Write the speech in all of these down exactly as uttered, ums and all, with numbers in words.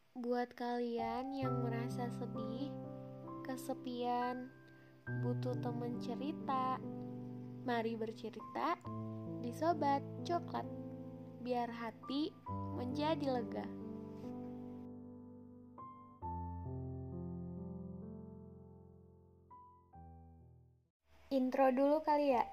Buat kalian yang merasa sedih, kesepian, butuh temen cerita, mari bercerita di Sobat Coklat, biar hati menjadi lega. Intro dulu kali ya.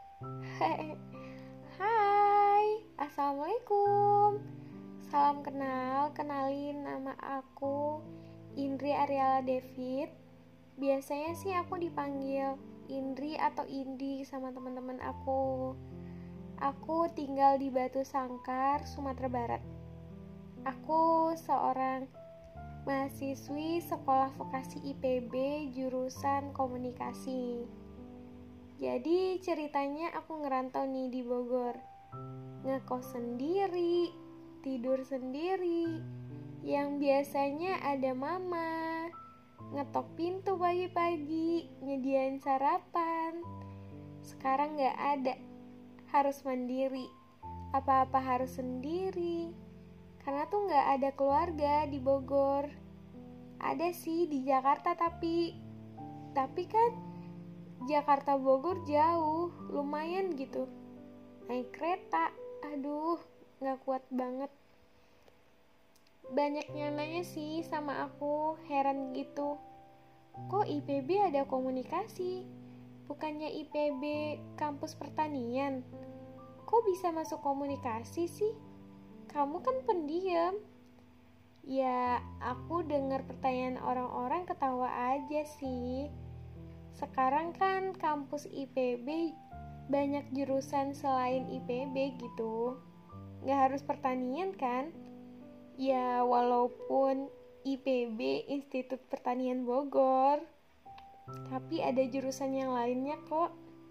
Hai, Assalamualaikum. Salam kenal, kenalin nama aku Indri Ariala David. Biasanya sih aku dipanggil Indri atau Indi sama teman-teman aku. Aku tinggal di Batu Sangkar, Sumatera Barat. Aku seorang mahasiswi sekolah vokasi I P B jurusan komunikasi. Jadi ceritanya aku ngerantau nih di Bogor. Ngekos sendiri, tidur sendiri. Yang biasanya ada mama ngetok pintu pagi-pagi, nyediain sarapan. Sekarang gak ada, harus mandiri. Apa-apa harus sendiri. Karena tuh gak ada keluarga di Bogor. Ada sih di Jakarta tapi Tapi kan Jakarta Bogor jauh, lumayan gitu. Naik kereta, aduh gak kuat banget. Banyak yang nanya sih sama aku, heran gitu. Kok I P B ada komunikasi? Bukannya I P B kampus pertanian? Kok bisa masuk komunikasi sih? Kamu kan pendiam. Ya, aku dengar pertanyaan orang-orang ketawa aja sih. Sekarang kan kampus I P B banyak jurusan selain I P B gitu. Gak harus pertanian kan? Ya walaupun I P B Institut Pertanian Bogor, tapi ada jurusan yang lainnya kok.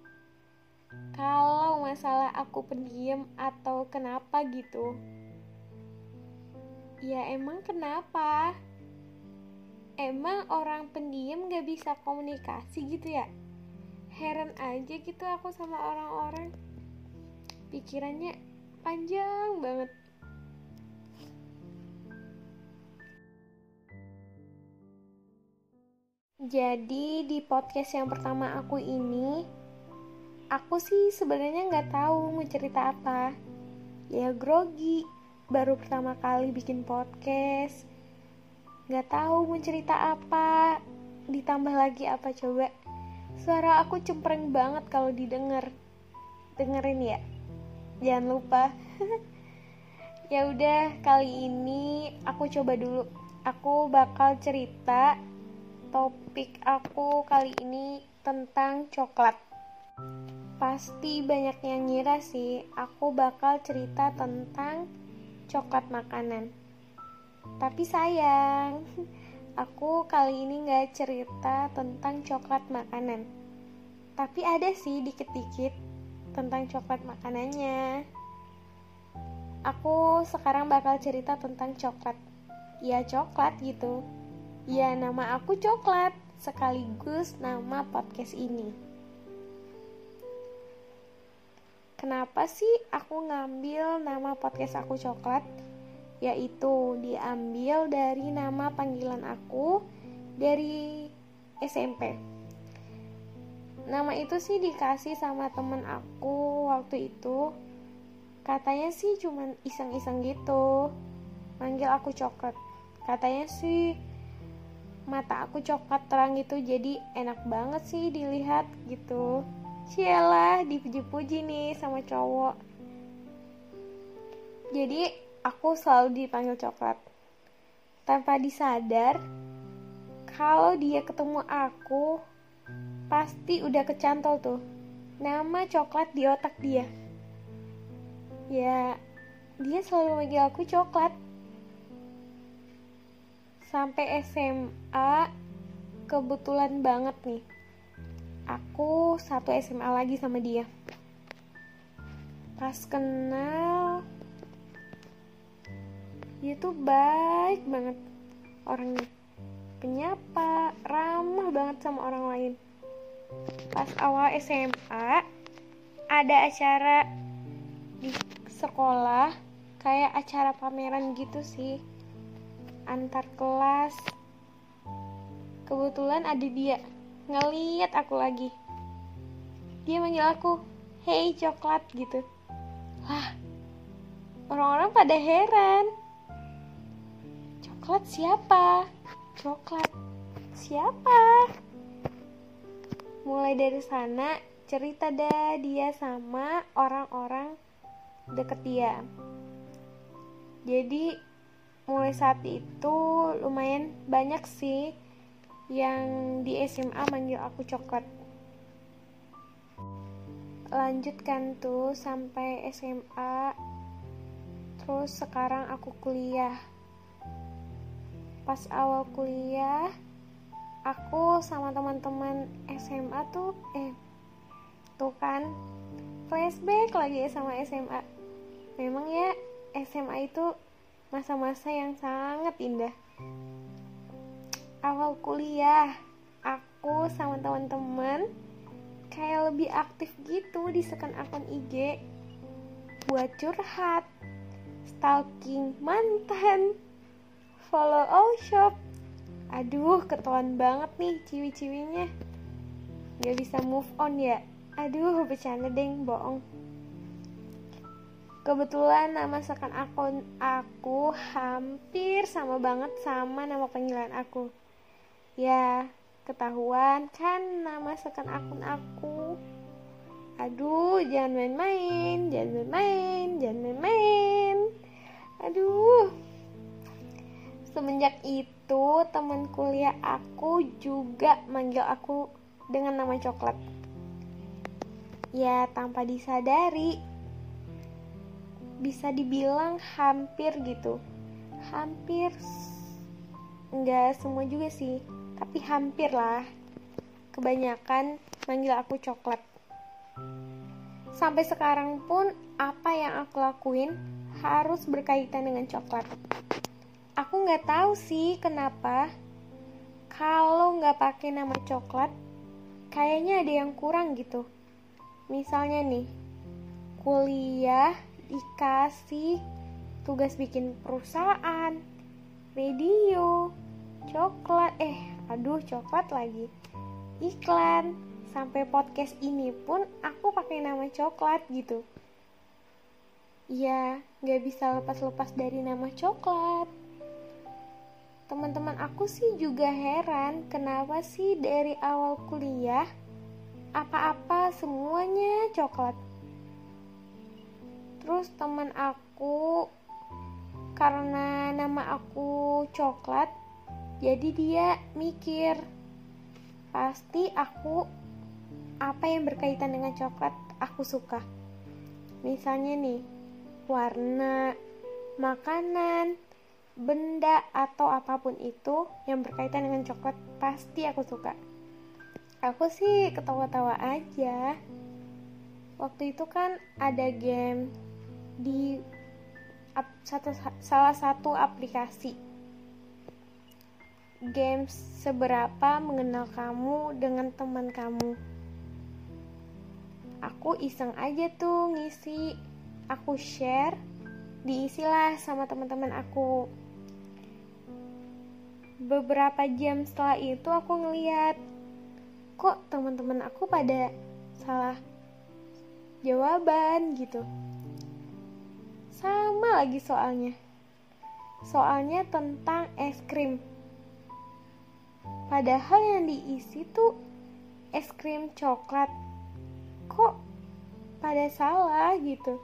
Kalau masalah aku pendiam atau kenapa gitu, ya emang kenapa? Emang orang pendiam gak bisa komunikasi gitu ya? Heran aja gitu aku sama orang-orang. Pikirannya panjang banget. Jadi di podcast yang pertama aku ini, aku sih sebenarnya gak tahu mau cerita apa. Ya grogi, baru pertama kali bikin podcast. Gak tahu mau cerita apa. Ditambah lagi apa coba? Suara aku cempreng banget kalau didengar. Dengerin ya. Jangan lupa. Ya udah, kali ini aku coba dulu. Aku bakal cerita. Topik aku kali ini tentang coklat. Pasti banyak yang ngira sih aku bakal cerita tentang coklat makanan. Tapi sayang, aku kali ini gak cerita tentang coklat makanan. Tapi ada sih dikit-dikit tentang coklat makanannya. Aku sekarang bakal cerita tentang coklat. Ya coklat gitu. Ya nama aku Coklat, sekaligus nama podcast ini. Kenapa sih aku ngambil nama podcast aku Coklat? Yaitu diambil dari nama panggilan aku dari S M P. Nama itu sih dikasih sama temen aku waktu itu. Katanya sih cuman iseng-iseng gitu, manggil aku Coklat. Katanya sih mata aku coklat terang gitu, jadi enak banget sih dilihat gitu. Cialah, dipuji-puji nih sama cowok. Jadi aku selalu dipanggil Coklat. Tanpa disadar, kalau dia ketemu aku, pasti udah kecantol tuh nama Coklat di otak dia. Ya, dia selalu manggil aku Coklat. Sampai S M A, kebetulan banget nih, aku satu S M A lagi sama dia. Pas kenal, dia tuh baik banget orangnya, penyapa, ramah banget sama orang lain. Pas awal S M A, ada acara di sekolah, kayak acara pameran gitu sih. antar kelas. Kebetulan ada dia ngeliat aku lagi. Dia manggil aku, "Hey coklat," gitu. Lah, orang-orang pada heran. Coklat siapa? Coklat siapa? Mulai dari sana cerita dah dia sama orang-orang deket dia. Jadi mulai saat itu lumayan banyak sih yang di S M A manggil aku coklat. Lanjutkan tuh sampai S M A. Terus sekarang aku kuliah. Pas awal kuliah, aku sama teman-teman S M A tuh eh tuh kan flashback lagi ya sama S M A. Memang ya S M A itu masa-masa yang sangat indah. Awal kuliah, aku sama teman-teman kayak lebih aktif gitu di second akun I G buat curhat, stalking mantan, follow all shop. Aduh, ketahuan banget nih ciwi-ciwinya. Gak bisa move on ya. Aduh, bercanda deng, bohong. Kebetulan nama second akun aku hampir sama banget sama nama panggilan aku. Ya, ketahuan kan nama second akun aku. Aduh, jangan main-main, jangan main-main, jangan main-main. Aduh. Semenjak itu teman kuliah aku juga manggil aku dengan nama coklat. Ya, tanpa disadari, bisa dibilang hampir gitu. Hampir, enggak semua juga sih, tapi hampir lah. Kebanyakan manggil aku coklat. Sampai sekarang pun apa yang aku lakuin harus berkaitan dengan coklat. Aku nggak tahu sih kenapa kalau nggak pakai nama coklat, kayaknya ada yang kurang gitu. Misalnya nih, kuliah dikasih tugas bikin perusahaan, radio, coklat, eh aduh coklat lagi, iklan, sampai podcast ini pun aku pakai nama coklat gitu. Ya, nggak bisa lepas-lepas dari nama coklat. Teman-teman aku sih juga heran kenapa sih dari awal kuliah apa-apa semuanya coklat. Terus teman aku karena nama aku coklat, jadi dia mikir pasti aku apa yang berkaitan dengan coklat aku suka. Misalnya nih, warna, makanan, benda atau apapun itu yang berkaitan dengan coklat pasti aku suka. Aku sih ketawa-tawa aja. Waktu itu kan ada game di ap, satu, salah satu aplikasi. Games seberapa mengenal kamu dengan teman kamu. Aku iseng aja tuh ngisi, aku share, diisilah sama teman-teman aku. Beberapa jam setelah itu aku ngeliat, kok teman-teman aku pada salah jawaban gitu. Sama lagi soalnya. Soalnya tentang es krim. Padahal yang diisi tuh es krim coklat. Kok pada salah gitu.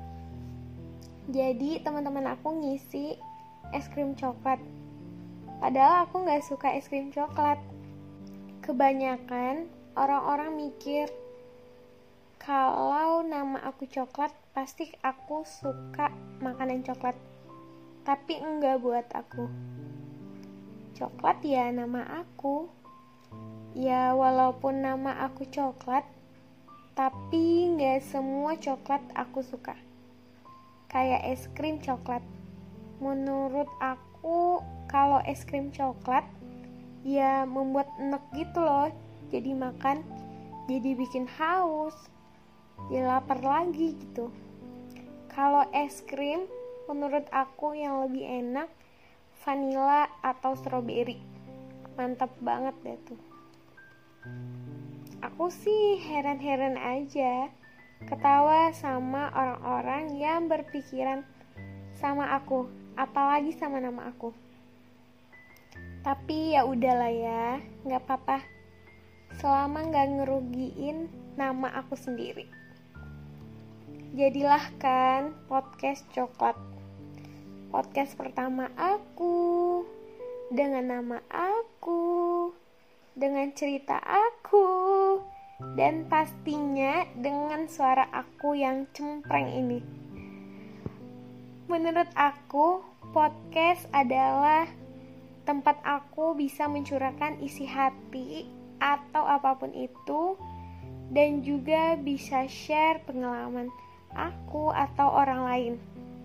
Jadi teman-teman aku ngisi es krim coklat. Padahal aku gak suka es krim coklat. Kebanyakan orang-orang mikir kalau nama aku coklat pasti aku suka makanan coklat. Tapi enggak buat aku. Coklat ya nama aku. Ya walaupun nama aku coklat, tapi gak semua coklat aku suka. Kayak es krim coklat. Menurut aku kalau es krim coklat ya membuat enek gitu loh. Jadi makan jadi bikin haus, ya lapar lagi gitu. Kalau es krim menurut aku yang lebih enak vanilla atau strawberry. Mantap banget deh tuh. Aku sih heran-heran aja ketawa sama orang-orang yang berpikiran sama aku, apalagi sama nama aku. Tapi ya udahlah ya, nggak apa-apa. Selama nggak ngerugiin nama aku sendiri. Jadilah kan podcast coklat. Podcast pertama aku, dengan nama aku, dengan cerita aku, dan pastinya dengan suara aku yang cempreng ini. Menurut aku, podcast adalah tempat aku bisa mencurahkan isi hati atau apapun itu, dan juga bisa share pengalaman aku atau orang lain.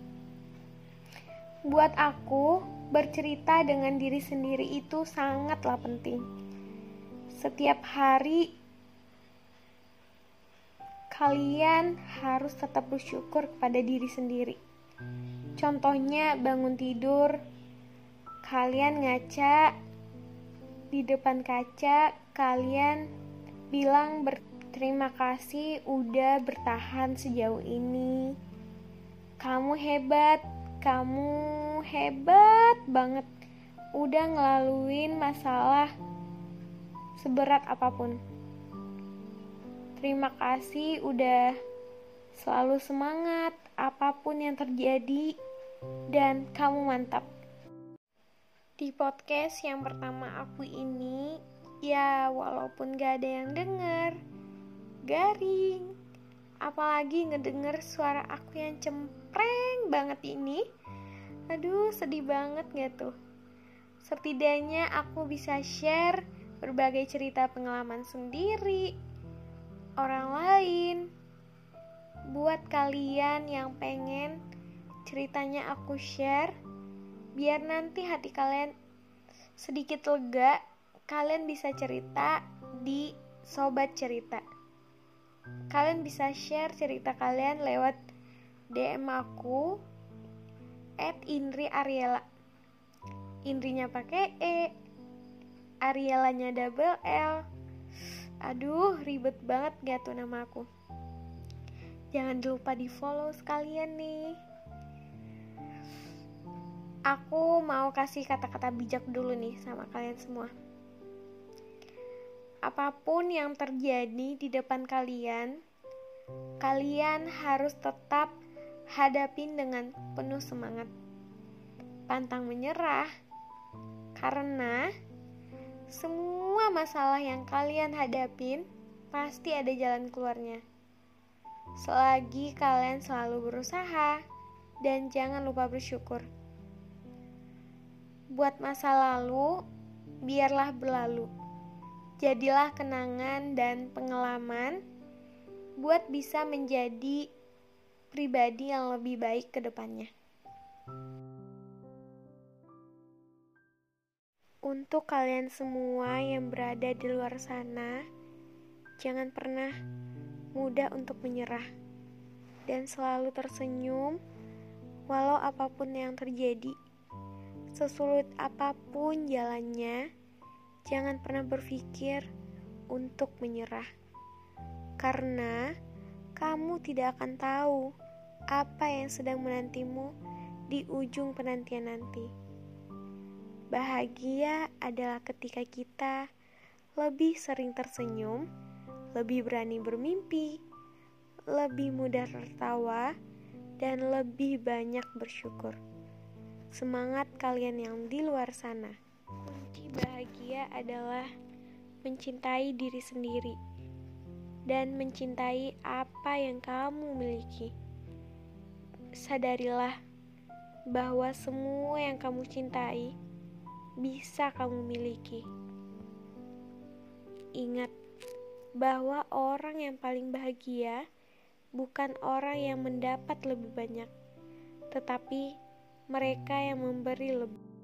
Buat aku, bercerita dengan diri sendiri itu sangatlah penting. Setiap hari, kalian harus tetap bersyukur kepada diri sendiri. Contohnya, bangun tidur, kalian ngaca di depan kaca, kalian bilang berterima kasih udah bertahan sejauh ini. Kamu hebat, kamu hebat banget, udah ngelaluin masalah seberat apapun. Terima kasih udah selalu semangat apapun yang terjadi, dan kamu mantap. Di podcast yang pertama aku ini, ya walaupun gak ada yang denger, garing, apalagi ngedenger suara aku yang cempreng banget ini. Aduh, sedih banget gak tuh? Setidaknya aku bisa share berbagai cerita pengalaman sendiri, orang lain. Buat kalian yang pengen ceritanya aku share, biar nanti hati kalian sedikit lega, kalian bisa cerita di Sobat Cerita. Kalian bisa share cerita kalian lewat D M aku at Indri Ariela. Indrinya pakai E, Arielanya double L. Aduh, ribet banget gak tuh nama aku? Jangan lupa di follow sekalian nih. Aku mau kasih kata-kata bijak dulu nih sama kalian semua. Apapun yang terjadi di depan kalian, kalian harus tetap hadapin dengan penuh semangat. Pantang menyerah, karena semua masalah yang kalian hadapin pasti ada jalan keluarnya. Selagi kalian selalu berusaha, dan jangan lupa bersyukur. Buat masa lalu, biarlah berlalu. Jadilah kenangan dan pengalaman buat bisa menjadi pribadi yang lebih baik ke depannya. Untuk kalian semua yang berada di luar sana, jangan pernah mudah untuk menyerah dan selalu tersenyum walau apapun yang terjadi. Sesulit apapun jalannya, jangan pernah berpikir untuk menyerah, karena kamu tidak akan tahu apa yang sedang menantimu di ujung penantian nanti. Bahagia adalah ketika kita lebih sering tersenyum, lebih berani bermimpi, lebih mudah tertawa, dan lebih banyak bersyukur. Semangat kalian yang di luar sana. Kunci bahagia adalah mencintai diri sendiri dan mencintai apa yang kamu miliki. Sadarilah bahwa semua yang kamu cintai bisa kamu miliki. Ingat bahwa orang yang paling bahagia bukan orang yang mendapat lebih banyak, tetapi mereka yang memberi lebih.